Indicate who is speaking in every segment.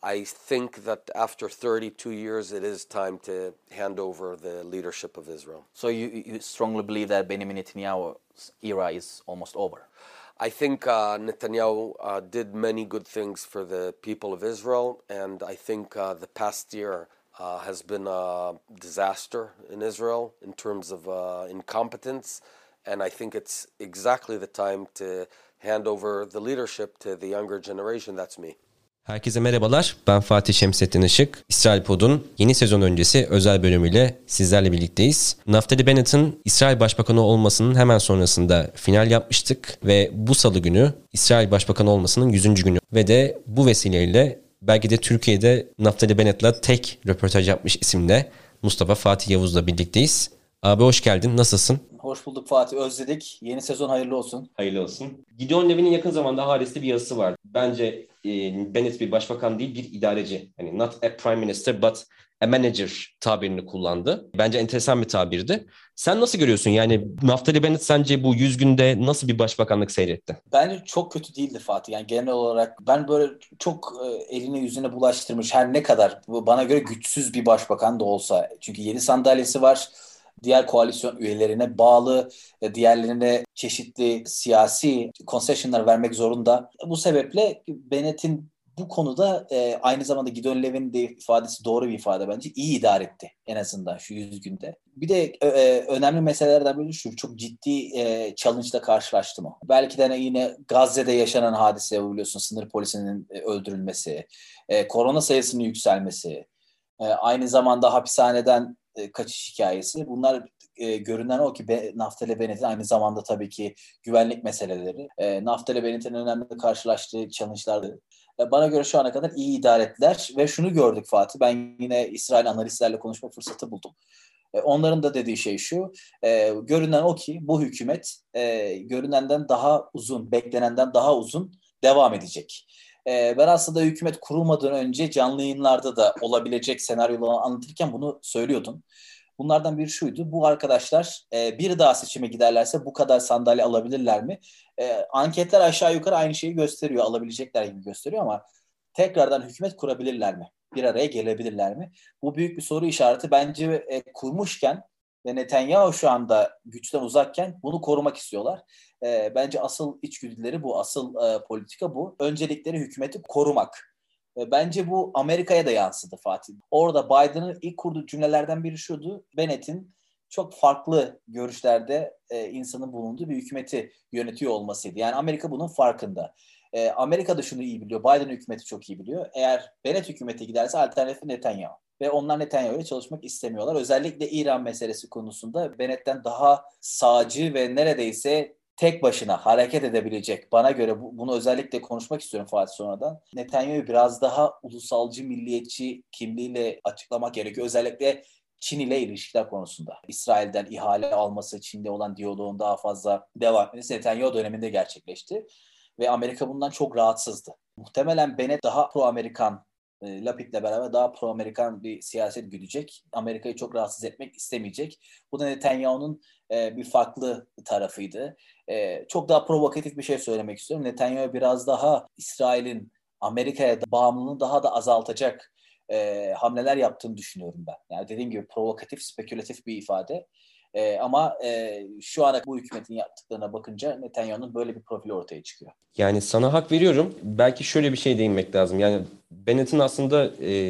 Speaker 1: I think that after 32 years, it is time to hand over the leadership of Israel.
Speaker 2: So you strongly believe that Benjamin Netanyahu's era is almost over?
Speaker 1: I think Netanyahu did many good things for the people of Israel, and I think the past year has been a disaster in Israel in terms of incompetence, and I think it's exactly the time to hand over the leadership to the younger generation. That's me.
Speaker 3: Herkese merhabalar, ben Fatih Şemsettin Işık. İsrail Pod'un yeni sezon öncesi özel bölümüyle sizlerle birlikteyiz. Naftali Bennett'in İsrail Başbakanı olmasının hemen sonrasında final yapmıştık ve bu salı günü İsrail Başbakanı olmasının 100. günü. Ve de bu vesileyle belki de Türkiye'de Naftali Bennett'la tek röportaj yapmış isimle Mustafa Fatih Yavuz'la birlikteyiz. Abi hoş geldin, nasılsın?
Speaker 2: Hoş bulduk Fatih, özledik. Yeni sezon hayırlı olsun.
Speaker 3: Hayırlı olsun. Gideon Levy'nin yakın zamanda Haares'te bir yazısı var. Bence Bennett bir başbakan değil, bir idareci. Hani not a prime minister but a manager tabirini kullandı. Bence enteresan bir tabirdi. Sen nasıl görüyorsun? Yani Naftali Bennett sence bu 100 günde nasıl bir başbakanlık seyretti?
Speaker 2: Bence çok kötü değildi Fatih. Yani genel olarak ben böyle çok eline yüzüne bulaştırmış, her ne kadar bana göre güçsüz bir başbakan da olsa. Çünkü 7 sandalyesi var. Diğer koalisyon üyelerine bağlı, diğerlerine çeşitli siyasi concessionlar vermek zorunda. Bu sebeple Bennett'in bu konuda aynı zamanda Gideon Levy'nin de ifadesi doğru bir ifade bence. İyi idare etti en azından şu 100 günde. Bir de önemli meselelerden biri şu, çok ciddi challenge'la karşılaştı mı? Belki de yine Gazze'de yaşanan hadise, biliyorsun, sınır polisinin öldürülmesi, korona sayısının yükselmesi, aynı zamanda hapishaneden kaçış hikayesi. Bunlar görünen o ki Naftali Bennett'in aynı zamanda tabii ki güvenlik meseleleri. Naftali Bennett'in önemli karşılaştığı challenge'lardı. Bana göre şu ana kadar iyi idare ettiler ve şunu gördük Fatih. Ben yine İsrail analistlerle konuşma fırsatı buldum. Onların da dediği şey şu. Görünen o ki bu hükümet görünenden daha uzun, beklenenden daha uzun devam edecek. Ben aslında hükümet kurulmadan önce canlı yayınlarda da olabilecek senaryoları anlatırken bunu söylüyordum. Bunlardan biri şuydu. Bu arkadaşlar bir daha seçime giderlerse bu kadar sandalye alabilirler mi? Anketler aşağı yukarı aynı şeyi gösteriyor. Alabilecekler gibi gösteriyor ama tekrardan hükümet kurabilirler mi? Bir araya gelebilirler mi? Bu büyük bir soru işareti. Bence kurmuşken ve Netanyahu şu anda güçten uzakken bunu korumak istiyorlar. Bence asıl içgüdüleri bu, asıl politika bu. Öncelikleri hükümeti korumak. Bence bu Amerika'ya da yansıdı Fatih. Orada Biden'ın ilk kurduğu cümlelerden biri şuydu. Bennett'in çok farklı görüşlerde insanın bulunduğu bir hükümeti yönetiyor olmasıydı. Yani Amerika bunun farkında. Amerika da şunu iyi biliyor. Biden hükümeti çok iyi biliyor. Eğer Bennett hükümete giderse alternatifi Netanyahu. Ve onlar Netanyahu'ya çalışmak istemiyorlar. Özellikle İran meselesi konusunda Bennett'ten daha sağcı ve neredeyse tek başına hareket edebilecek. Bana göre bunu özellikle konuşmak istiyorum Fatih sonradan. Netanyahu'yu biraz daha ulusalcı, milliyetçi kimliğiyle açıklamak gerekiyor. Özellikle Çin ile ilişkiler konusunda. İsrail'den ihale alması, Çin'de olan diyaloğun daha fazla devam etmesi Netanyahu döneminde gerçekleşti. Ve Amerika bundan çok rahatsızdı. Muhtemelen Bennett daha pro-Amerikan, Lapid'le beraber daha pro-Amerikan bir siyaset güdecek. Amerika'yı çok rahatsız etmek istemeyecek. Bu da Netanyahu'nun bir farklı tarafıydı. Çok daha provokatif bir şey söylemek istiyorum. Netanyahu biraz daha İsrail'in Amerika'ya bağımlılığını daha da azaltacak hamleler yaptığını düşünüyorum ben. Yani dediğim gibi provokatif, spekülatif bir ifade. Ama şu ana bu hükümetin yaptıklarına bakınca Netanyahu'nun böyle bir profili ortaya çıkıyor.
Speaker 3: Yani sana hak veriyorum. Belki şöyle bir şey değinmek lazım. Yani Bennett'in aslında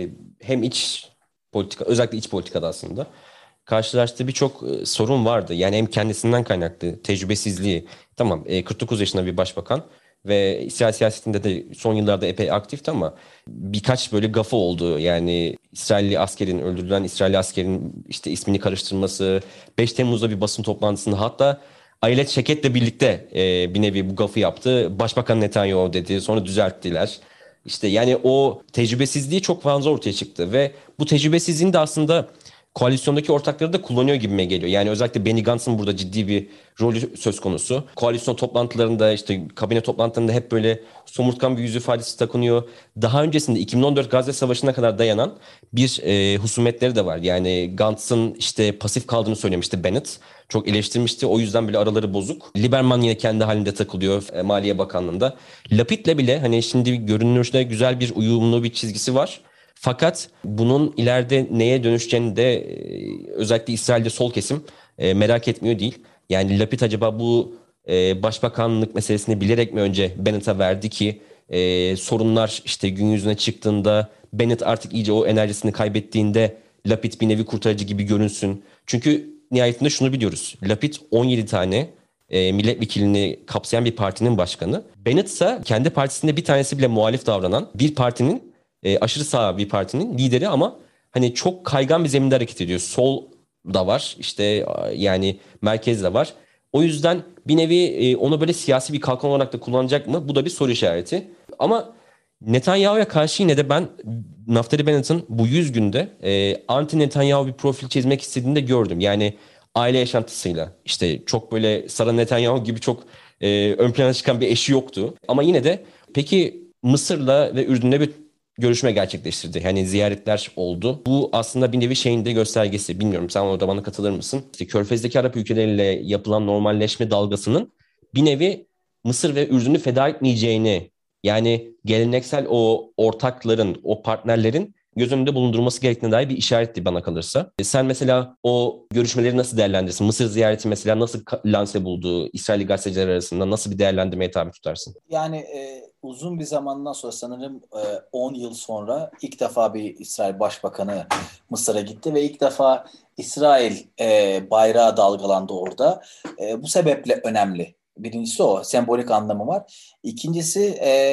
Speaker 3: hem iç politika, özellikle iç politikada aslında karşılaştığı birçok sorun vardı. Yani hem kendisinden kaynaklı tecrübesizliği. Tamam, 49 yaşında bir başbakan ve İsrail siyasetinde de son yıllarda epey aktifti ama birkaç böyle gafı oldu. Yani öldürülen İsrailli askerin işte ismini karıştırması, 5 Temmuz'da bir basın toplantısında hatta Ayelet Şeket'le birlikte bir nevi bu gafı yaptı. Başbakan Netanyahu dedi, sonra düzelttiler. İşte yani o tecrübesizliği çok fazla ortaya çıktı ve bu tecrübesizliğin de aslında koalisyondaki ortakları da kullanıyor gibime geliyor. Yani özellikle Benny Gantz'ın burada ciddi bir rolü söz konusu. Koalisyon toplantılarında, işte kabine toplantılarında hep böyle somurtkan bir yüz ifadesi takınıyor. Daha öncesinde 2014 Gazze Savaşı'na kadar dayanan bir husumetleri de var. Yani Gantz'ın işte pasif kaldığını söylemişti Bennett. Çok eleştirmişti. O yüzden bile araları bozuk. Lieberman yine kendi halinde takılıyor Maliye Bakanlığı'nda. Lapid'le bile hani şimdi görünüşte güzel bir uyumlu bir çizgisi var. Fakat bunun ileride neye dönüşeceğini de özellikle İsrail'de sol kesim merak etmiyor değil. Yani Lapid acaba bu başbakanlık meselesini bilerek mi önce Bennett'a verdi ki sorunlar işte gün yüzüne çıktığında Bennett artık iyice o enerjisini kaybettiğinde Lapid bir nevi kurtarıcı gibi görünsün. Çünkü nihayetinde şunu biliyoruz. Lapid 17 tane milletvekilini kapsayan bir partinin başkanı. Bennett ise kendi partisinde bir tanesi bile muhalif davranan bir partinin aşırı sağ bir partinin lideri ama hani çok kaygan bir zeminde hareket ediyor. Sol da var işte yani merkez de var. O yüzden bir nevi onu böyle siyasi bir kalkan olarak da kullanacak mı? Bu da bir soru işareti. Ama Netanyahu'ya karşı yine de ben Naftali Bennett'ın bu 100 günde anti Netanyahu bir profil çizmek istediğini de gördüm. Yani aile yaşantısıyla işte çok böyle Sara Netanyahu gibi çok ön plana çıkan bir eşi yoktu. Ama yine de peki Mısır'la ve Ürdün'le bir görüşme gerçekleştirdi. Yani ziyaretler oldu. Bu aslında bir nevi şeyin de göstergesi. Bilmiyorum, sen orada bana katılır mısın? İşte Körfez'deki Arap ülkeleriyle yapılan normalleşme dalgasının bir nevi Mısır ve Ürdün'ü feda etmeyeceğini, yani geleneksel o ortakların, o partnerlerin göz önünde bulundurması gerektiğine dair bir işaretti bana kalırsa. Sen mesela o görüşmeleri nasıl değerlendirirsin? Mısır ziyareti mesela nasıl lanse buldu? İsrailli gazeteciler arasında nasıl bir değerlendirmeye tabi tutarsın?
Speaker 2: Yani uzun bir zamandan sonra sanırım 10 yıl sonra ilk defa bir İsrail Başbakanı Mısır'a gitti ve ilk defa İsrail bayrağı dalgalandı orada. Bu sebeple önemli. Birincisi o, sembolik anlamı var. İkincisi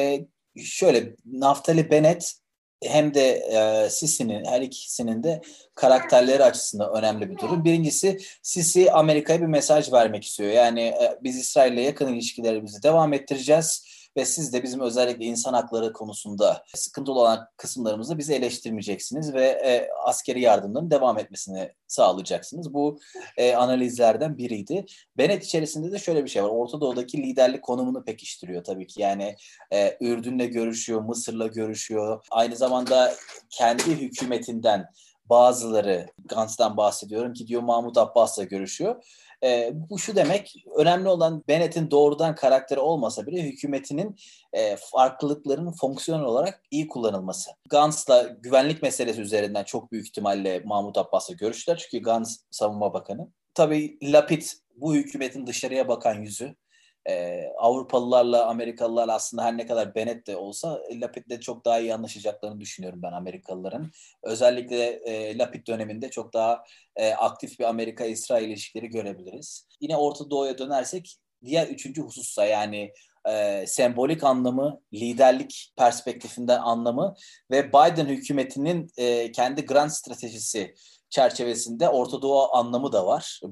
Speaker 2: şöyle, Naftali Bennett hem de Sisi'nin, her ikisinin de karakterleri açısından önemli bir durum. Birincisi, Sisi Amerika'ya bir mesaj vermek istiyor. Yani biz İsrail'le yakın ilişkilerimizi devam ettireceğiz ve siz de bizim özellikle insan hakları konusunda sıkıntılı olan kısımlarımızda bizi eleştirmeyeceksiniz ve askeri yardımların devam etmesini sağlayacaksınız. Bu analizlerden biriydi. Bennett içerisinde de şöyle bir şey var. Orta Doğu'daki liderlik konumunu pekiştiriyor tabii ki. Yani Ürdün'le görüşüyor, Mısır'la görüşüyor. Aynı zamanda kendi hükümetinden bazıları, Gantz'tan bahsediyorum, gidiyor Mahmut Abbas'la görüşüyor. Bu şu demek, önemli olan Bennett'in doğrudan karakteri olmasa bile hükümetinin farklılıklarının fonksiyon olarak iyi kullanılması. Gantz'la güvenlik meselesi üzerinden çok büyük ihtimalle Mahmut Abbas'la görüştüler. Çünkü Gantz savunma bakanı. Tabii Lapid bu hükümetin dışarıya bakan yüzü. Avrupalılarla Amerikalılarla aslında her ne kadar Bennett de olsa Lapid'le çok daha iyi anlaşacaklarını düşünüyorum ben Amerikalıların. Özellikle Lapid döneminde çok daha aktif bir Amerika-İsrail ilişkileri görebiliriz. Yine Orta Doğu'ya dönersek diğer üçüncü husussa, yani sembolik anlamı, liderlik perspektifinden anlamı ve Biden hükümetinin kendi grand stratejisi çerçevesinde Orta Doğu anlamı da var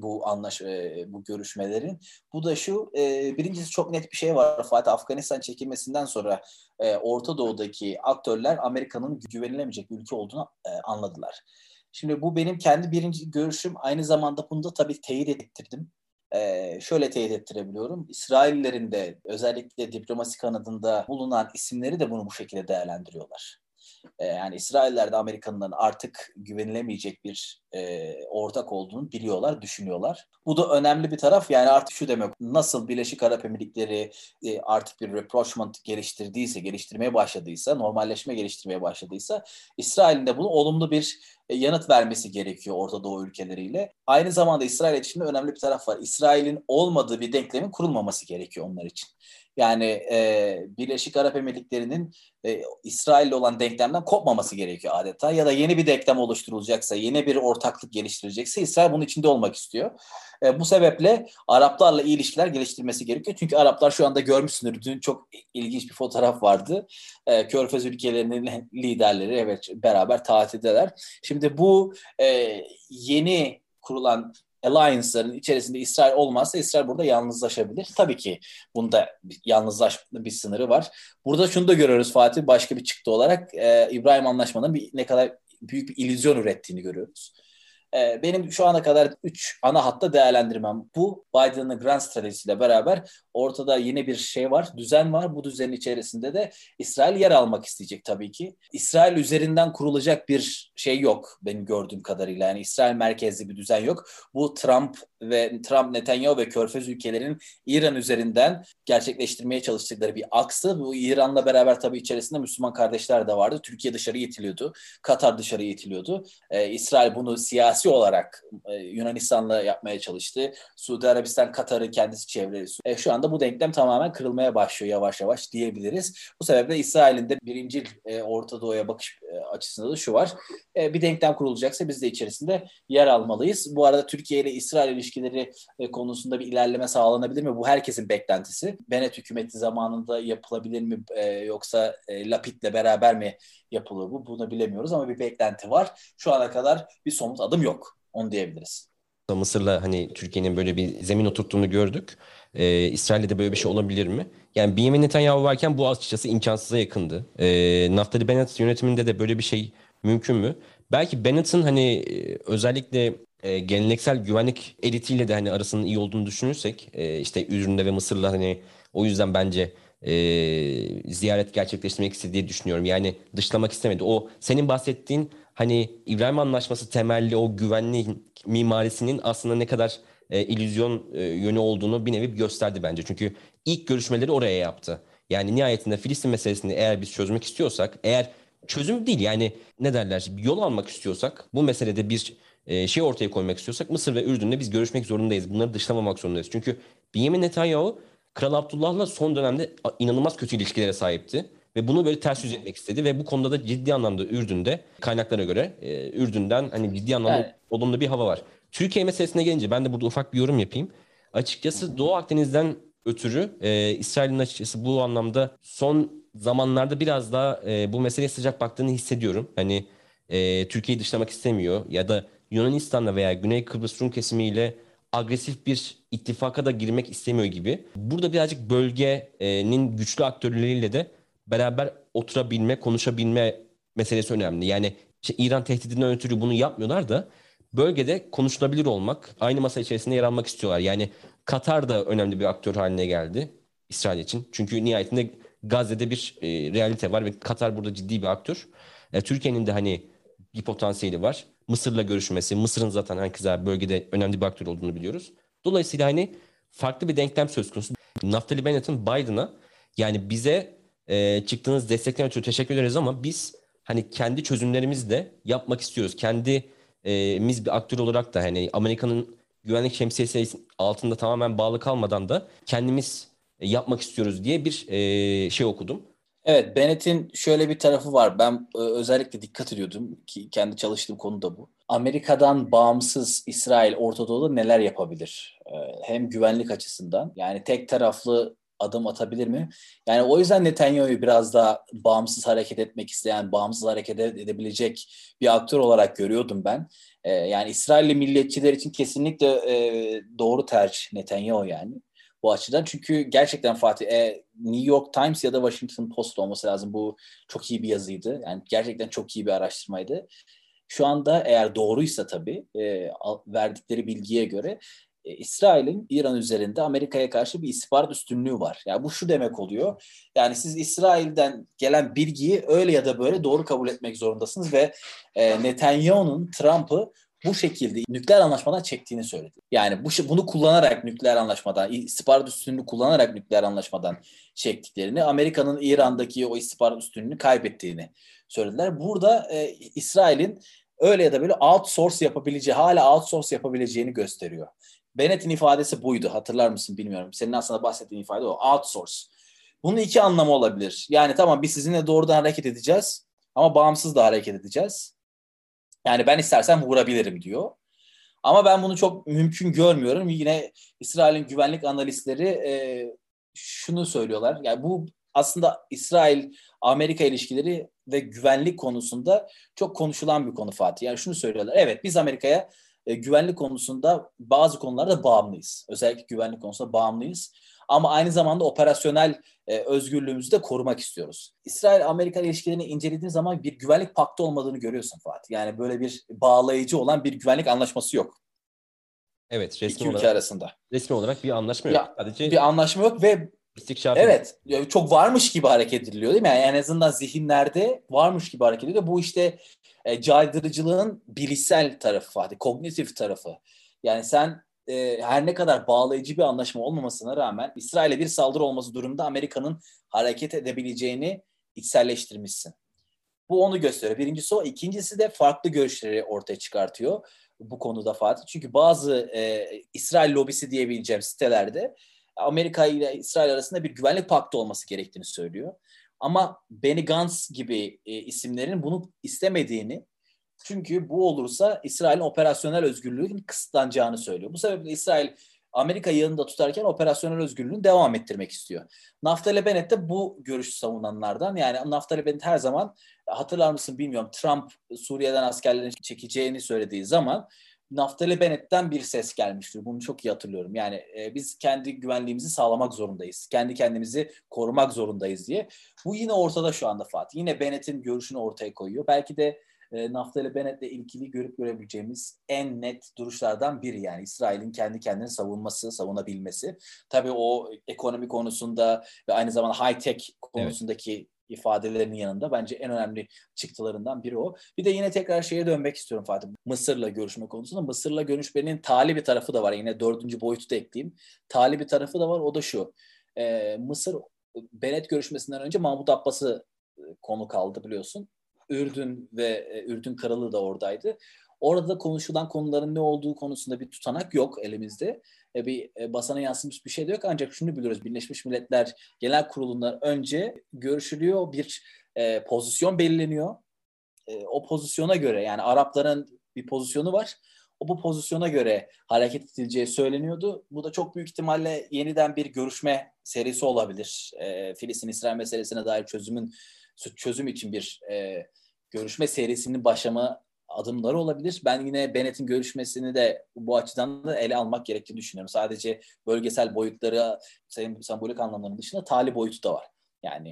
Speaker 2: bu görüşmelerin. Bu da şu, birincisi çok net bir şey var Fatih. Afganistan çekilmesinden sonra Orta Doğu'daki aktörler Amerika'nın güvenilemeyecek bir ülke olduğunu anladılar. Şimdi bu benim kendi birinci görüşüm. Aynı zamanda bunu da tabii teyit ettirdim. Şöyle teyit ettirebiliyorum. İsraillerin de özellikle diplomasi kanadında bulunan isimleri de bunu bu şekilde değerlendiriyorlar. Yani İsrailler de Amerikanların artık güvenilemeyecek bir ortak olduğunu biliyorlar, düşünüyorlar. Bu da önemli bir taraf. Yani artık şu demek, nasıl Birleşik Arap Emirlikleri artık bir rapprochement geliştirmeye başladıysa, normalleşme geliştirmeye başladıysa, İsrail'in de bunu olumlu bir yanıt vermesi gerekiyor Orta Doğu ülkeleriyle. Aynı zamanda İsrail için de önemli bir taraf var. İsrail'in olmadığı bir denklemin kurulmaması gerekiyor onlar için. Yani Birleşik Arap Emirlikleri'nin İsrail'le olan denklemden kopmaması gerekiyor adeta. Ya da yeni bir denklem oluşturulacaksa, yeni bir ortaklık geliştirecekse İsrail bunun içinde olmak istiyor. Bu sebeple Araplarla iyi ilişkiler geliştirmesi gerekiyor. Çünkü Araplar şu anda, görmüşsündür, dün çok ilginç bir fotoğraf vardı. Körfez ülkelerinin liderleri evet beraber tatildeler. Şimdi bu yeni kurulan alliance'ların içerisinde İsrail olmazsa İsrail burada yalnızlaşabilir. Tabii ki bunda yalnızlaşma bir sınırı var. Burada şunu da görüyoruz Fatih, başka bir çıktı olarak İbrahim Anlaşmanı'nın ne kadar büyük bir illüzyon ürettiğini görüyoruz. Benim şu ana kadar 3 ana hatta değerlendirmem bu. Biden'ın grand stratejisiyle beraber ortada yeni bir şey var, düzen var. Bu düzenin içerisinde de İsrail yer almak isteyecek tabii ki. İsrail üzerinden kurulacak bir şey yok benim gördüğüm kadarıyla. Yani İsrail merkezli bir düzen yok. Bu Trump, Netanyahu ve Körfez ülkelerinin İran üzerinden gerçekleştirmeye çalıştıkları bir aksı. Bu İran'la beraber tabii içerisinde Müslüman kardeşler de vardı. Türkiye dışarı itiliyordu. Katar dışarı itiliyordu. İsrail bunu siyasi olarak Yunanistan'la yapmaya çalıştı. Suudi Arabistan, Katar'ı kendisi çevresi. Şu anda bu denklem tamamen kırılmaya başlıyor yavaş yavaş diyebiliriz. Bu sebeple İsrail'in de birincil Orta Doğu'ya bakış açısında da şu var. Bir denklem kurulacaksa biz de içerisinde yer almalıyız. Bu arada Türkiye ile İsrail ilişkileri konusunda bir ilerleme sağlanabilir mi? Bu herkesin beklentisi. Bennett hükümeti zamanında yapılabilir mi? Yoksa Lapid'le beraber mi yapılır bu? Bunu bilemiyoruz ama bir beklenti var. Şu ana kadar bir somut adım yok. Onu diyebiliriz.
Speaker 3: Mısır'la hani Türkiye'nin böyle bir zemin oturttuğunu gördük. İsrail'de de böyle bir şey olabilir mi? Yani Benjamin Netanyahu varken bu açıkçası imkansıza yakındı. Naftali Bennett yönetiminde de böyle bir şey mümkün mü? Belki Bennett'ın hani özellikle geleneksel güvenlik elitiyle de hani arasının iyi olduğunu düşünürsek işte Ürdün'de ve Mısır'la hani o yüzden bence ziyaret gerçekleştirmek istediği düşünüyorum. Yani dışlamak istemedi. O senin bahsettiğin hani İbrahim Anlaşması temelli o güvenlik mimarisinin aslında ne kadar illüzyon yönü olduğunu bir nevi gösterdi bence. Çünkü ilk görüşmeleri oraya yaptı. Yani nihayetinde Filistin meselesini eğer biz çözmek istiyorsak, eğer çözüm değil yani ne derler bir yol almak istiyorsak, bu meselede bir şey ortaya koymak istiyorsak Mısır ve Ürdün'le biz görüşmek zorundayız. Bunları dışlamamak zorundayız. Çünkü Benjamin Netanyahu Kral Abdullah'la son dönemde inanılmaz kötü ilişkilere sahipti. Ve bunu böyle ters yüz etmek istedi ve bu konuda da ciddi anlamda Ürdün'de kaynaklara göre Ürdün'den hani ciddi anlamda
Speaker 2: Yani
Speaker 3: olumlu bir hava var. Türkiye meselesine gelince ben de burada ufak bir yorum yapayım. Açıkçası Doğu Akdeniz'den ötürü İsrail'in açıkçası bu anlamda son zamanlarda biraz daha bu meseleye sıcak baktığını hissediyorum. Hani Türkiye'yi dışlamak istemiyor ya da Yunanistan'la veya Güney Kıbrıs Rum kesimiyle agresif bir ittifaka da girmek istemiyor gibi. Burada birazcık bölgenin güçlü aktörleriyle de beraber oturabilme, konuşabilme meselesi önemli. Yani işte İran tehdidinden ötürü bunu yapmıyorlar da bölgede konuşulabilir olmak, aynı masa içerisinde yer almak istiyorlar. Yani Katar da önemli bir aktör haline geldi İsrail için. Çünkü nihayetinde Gazze'de bir realite var ve Katar burada ciddi bir aktör. Türkiye'nin de hani bir potansiyeli var. Mısır'la görüşmesi, Mısır'ın zaten herkese bölgede önemli bir aktör olduğunu biliyoruz. Dolayısıyla hani farklı bir denklem söz konusu. Naftali Bennett'in Biden'a yani bize çıktığınız destekler için teşekkür ederiz ama biz hani kendi çözümlerimizi de yapmak istiyoruz. Kendimiz bir aktör olarak da hani Amerika'nın güvenlik şemsiyesi altında tamamen bağlı kalmadan da kendimiz yapmak istiyoruz diye bir şey okudum.
Speaker 2: evet, Bennett'in şöyle bir tarafı var. Ben özellikle dikkat ediyordum ki kendi çalıştığım konu da bu. Amerika'dan bağımsız İsrail Orta Doğu'da neler yapabilir? Hem güvenlik açısından yani tek taraflı adım atabilir mi? Yani o yüzden Netanyahu'yu biraz daha bağımsız hareket etmek isteyen, bağımsız hareket edebilecek bir aktör olarak görüyordum ben. Yani İsrailli milliyetçiler için kesinlikle doğru tercih Netanyahu yani bu açıdan. Çünkü gerçekten Fatih New York Times ya da Washington Post olması lazım. Bu çok iyi bir yazıydı. Yani gerçekten çok iyi bir araştırmaydı. Şu anda eğer doğruysa tabii verdikleri bilgiye göre İsrail'in İran üzerinde Amerika'ya karşı bir istihbarat üstünlüğü var. Yani bu şu demek oluyor. Yani siz İsrail'den gelen bilgiyi öyle ya da böyle doğru kabul etmek zorundasınız ve Netanyahu'nun Trump'ı bu şekilde nükleer anlaşmadan çektiğini söyledi. Yani bunu kullanarak nükleer anlaşmadan, istihbarat üstünlüğünü kullanarak nükleer anlaşmadan çektiklerini, Amerika'nın İran'daki o istihbarat üstünlüğünü kaybettiğini söylediler. Burada İsrail'in öyle ya da böyle outsource yapabileceği, hala outsource yapabileceğini gösteriyor. Bennett'in ifadesi buydu. Hatırlar mısın bilmiyorum. Senin aslında bahsettiğin ifade o. Outsource. Bunun iki anlamı olabilir. Yani tamam biz sizinle doğrudan hareket edeceğiz ama bağımsız da hareket edeceğiz. Yani ben istersem vurabilirim diyor. Ama ben bunu çok mümkün görmüyorum. Yine İsrail'in güvenlik analistleri şunu söylüyorlar. Yani bu aslında İsrail-Amerika ilişkileri ve güvenlik konusunda çok konuşulan bir konu Fatih. Yani şunu söylüyorlar. Evet biz Amerika'ya güvenlik konusunda bazı konularda bağımlıyız. Özellikle güvenlik konusunda bağımlıyız. Ama aynı zamanda operasyonel özgürlüğümüzü de korumak istiyoruz. İsrail-Amerika ilişkilerini incelediğin zaman bir güvenlik paktı olmadığını görüyorsun Fatih. Yani böyle bir bağlayıcı olan bir güvenlik anlaşması yok.
Speaker 3: Evet,
Speaker 2: İki ülke arasında.
Speaker 3: resmi olarak bir anlaşma yok.
Speaker 2: Ya,
Speaker 3: Sadece
Speaker 2: bir anlaşma yok ve
Speaker 3: istikşafi.
Speaker 2: evet, çok varmış gibi hareket ediliyor değil mi? Yani en azından zihinlerde varmış gibi hareket ediliyor. Bu işte caydırıcılığın bilişsel tarafı Fatih, kognitif tarafı. Yani sen her ne kadar bağlayıcı bir anlaşma olmamasına rağmen İsrail'e bir saldırı olması durumunda Amerika'nın hareket edebileceğini içselleştirmişsin. Bu onu gösteriyor. Birincisi o. İkincisi de farklı görüşleri ortaya çıkartıyor bu konuda Fatih. Çünkü bazı İsrail lobisi diyebileceğim sitelerde Amerika ile İsrail arasında bir güvenlik paktı olması gerektiğini söylüyor. Ama Benny Gantz gibi isimlerin bunu istemediğini, çünkü bu olursa İsrail'in operasyonel özgürlüğünün kısıtlanacağını söylüyor. Bu sebeple İsrail Amerika yanında tutarken operasyonel özgürlüğünü devam ettirmek istiyor. Naftali Bennett de bu görüşü savunanlardan. Yani Naftali Bennett her zaman, hatırlar mısın bilmiyorum, Trump Suriye'den askerlerini çekeceğini söylediği zaman Naftali Bennett'ten bir ses gelmiştir. Bunu çok iyi hatırlıyorum. Yani biz kendi güvenliğimizi sağlamak zorundayız. Kendi kendimizi korumak zorundayız diye. Bu yine ortada şu anda Fatih. Yine Bennett'in görüşünü ortaya koyuyor. Belki de Naftali Bennett'le ilgili görüp görebileceğimiz en net duruşlardan biri, yani İsrail'in kendi kendini savunabilmesi. Tabii o ekonomi konusunda ve aynı zamanda high tech konusundaki ifadelerinin yanında bence en önemli çıktılarından biri o. Bir de yine tekrar şeye dönmek istiyorum Fatih. Mısır'la görüşme konusunda. Mısır'la görüşmenin tali bir tarafı da var. Yine dördüncü boyutu da ekleyeyim. Tali bir tarafı da var. O da şu. Mısır Bennett görüşmesinden önce Mahmut Abbas'ı konuk aldı biliyorsun. Ürdün ve Ürdün Kralı da oradaydı. Orada konuşulan konuların ne olduğu konusunda bir tutanak yok elimizde. Bir basına yansımış bir şey de yok. Ancak şunu biliyoruz. Birleşmiş Milletler Genel Kurulu'ndan önce görüşülüyor. Bir pozisyon belirleniyor. O pozisyona göre, yani Arapların bir pozisyonu var. Bu pozisyona göre hareket edileceği söyleniyordu. Bu da çok büyük ihtimalle yeniden bir görüşme serisi olabilir. Filistin-İsrail meselesine dair çözüm için bir görüşme serisinin başlama adımları olabilir. Ben yine Bennett'in görüşmesini de bu açıdan da ele almak gerektiğini düşünüyorum. Sadece bölgesel boyutları, sembolik anlamlarının dışında tali boyutu da var. Yani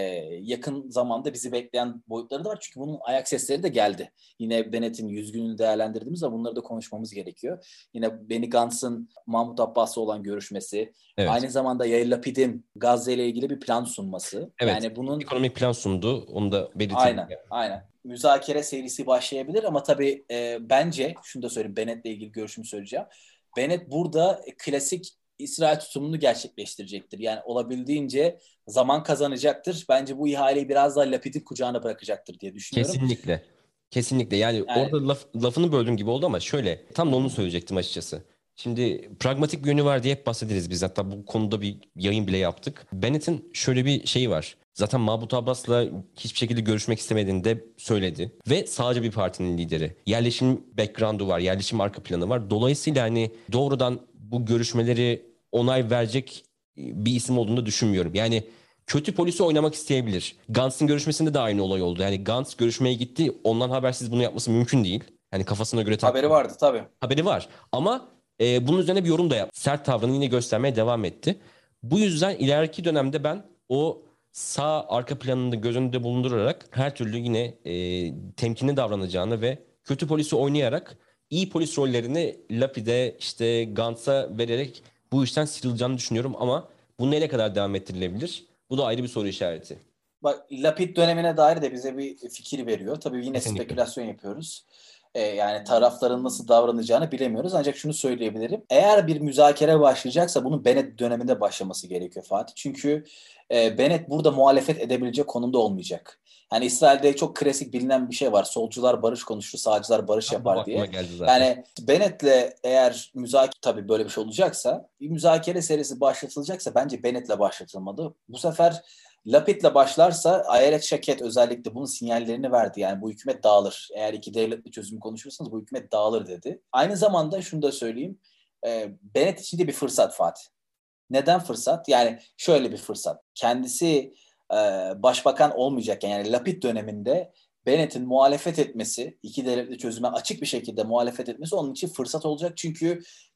Speaker 2: yakın zamanda bizi bekleyen boyutları da var. Çünkü bunun ayak sesleri de geldi. Yine Bennett'in 100 gününü değerlendirdiğimiz zaman bunları da konuşmamız gerekiyor. Yine Benny Gantz'ın Mahmut Abbas'la olan görüşmesi.
Speaker 3: Evet.
Speaker 2: Aynı zamanda Yair Lapid'in Gazze ile ilgili bir plan sunması.
Speaker 3: Evet.
Speaker 2: Yani bunun
Speaker 3: ekonomik plan sundu. Onu da belirtelim.
Speaker 2: Aynen. Müzakere serisi başlayabilir ama tabii bence şunu da söyleyeyim. Bennett'le ilgili görüşümü söyleyeceğim. Bennett burada klasik İsrail tutumunu gerçekleştirecektir. Yani olabildiğince zaman kazanacaktır. Bence bu ihaleyi biraz daha Lapid'in kucağına bırakacaktır diye düşünüyorum.
Speaker 3: Kesinlikle. Kesinlikle. Yani orada lafını böldüğüm gibi oldu ama şöyle, tam da onu söyleyecektim açıkçası. Şimdi pragmatik bir yönü var diye hep bahsederiz biz. Hatta bu konuda bir yayın bile yaptık. Bennett'in şöyle bir şeyi var. Zaten Mahmut Abbas'la hiçbir şekilde görüşmek istemediğini de söyledi. Ve sağcı bir partinin lideri. Yerleşim background'u var, yerleşim arka planı var. Dolayısıyla hani doğrudan bu görüşmeleri onay verecek bir isim olduğunu da düşünmüyorum. Yani kötü polisi oynamak isteyebilir. Gantz'ın görüşmesinde de aynı olay oldu. Yani Gantz görüşmeye gitti. Ondan habersiz bunu yapması mümkün değil. Yani kafasına göre
Speaker 2: haberi vardı tabii.
Speaker 3: Haberi var. Ama bunun üzerine bir yorum da yaptı. Sert tavrını yine göstermeye devam etti. Bu yüzden ileriki dönemde ben o sağ arka planını göz önünde bulundurarak her türlü yine temkinli davranacağını ve kötü polisi oynayarak iyi polis rollerini Lapid'e, işte Gantz'a vererek bu işten sıyrılacağını düşünüyorum ama bu nereye kadar devam ettirilebilir? Bu da ayrı bir soru işareti.
Speaker 2: Bak, Lapid dönemine dair de bize bir fikir veriyor. Tabii yine
Speaker 3: Kesinlikle.
Speaker 2: spekülasyon yapıyoruz. Yani tarafların nasıl davranacağını bilemiyoruz. Ancak şunu söyleyebilirim. Eğer bir müzakere başlayacaksa bunun Bennett döneminde başlaması gerekiyor Fatih. Çünkü Bennett burada muhalefet edebilecek konumda olmayacak. Yani İsrail'de çok klasik bilinen bir şey var. Solcular barış konuşur, sağcılar barış yapar diye. Yani Bennett'le eğer tabii böyle bir şey olacaksa, bir müzakere serisi başlatılacaksa bence Bennett'le başlatılmalı. Bu sefer Lapid'le başlarsa Ayelet Şaket özellikle bunun sinyallerini verdi. Yani bu hükümet dağılır. Eğer iki devletli çözümü konuşursanız bu hükümet dağılır dedi. Aynı zamanda şunu da söyleyeyim. Bennett için de bir fırsat Fatih. Neden fırsat? Yani şöyle bir fırsat. Kendisi başbakan olmayacakken, yani Lapid döneminde Bennett'in muhalefet etmesi, iki devletli çözüme açık bir şekilde muhalefet etmesi onun için fırsat olacak. Çünkü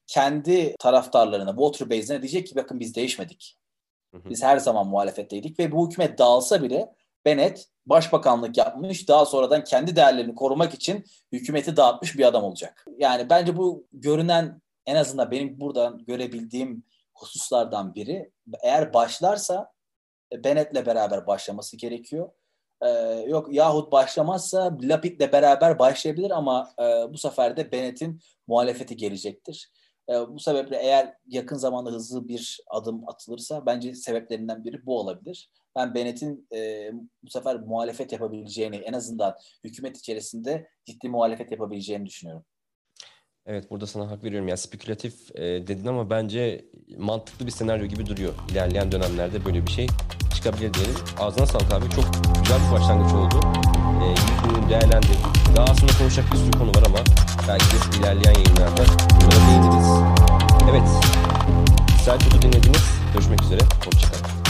Speaker 2: kendi taraftarlarına, voter base'ine diyecek ki bakın biz değişmedik. Biz her zaman muhalefetteydik ve bu hükümet dağılsa bile Bennett başbakanlık yapmış, daha sonradan kendi değerlerini korumak için hükümeti dağıtmış bir adam olacak. Yani bence bu görünen, en azından benim buradan görebildiğim hususlardan biri. Eğer başlarsa Bennett'le beraber başlaması gerekiyor. Yok yahut başlamazsa Lapid'le beraber başlayabilir ama bu sefer de Bennett'in muhalefeti gelecektir. Bu sebeple eğer yakın zamanda hızlı bir adım atılırsa bence sebeplerinden biri bu olabilir. Ben Bennett'in bu sefer muhalefet yapabileceğini, en azından hükümet içerisinde ciddi muhalefet yapabileceğini düşünüyorum.
Speaker 3: Evet, burada sana hak veriyorum. Yani spekülatif dedin ama bence mantıklı bir senaryo gibi duruyor. İlerleyen dönemlerde böyle bir şey çıkabilir diyelim. Ağzına sağlık abi. Çok güzel bir başlangıç oldu. İlk ürünü değerlendirdik. Daha aslında konuşacak bir sürü konu var ama belki ilerleyen yayınlarda bunlara değiniriz. Evet. Serkut'u dinlediniz. Görüşmek üzere. Hoşçakalın.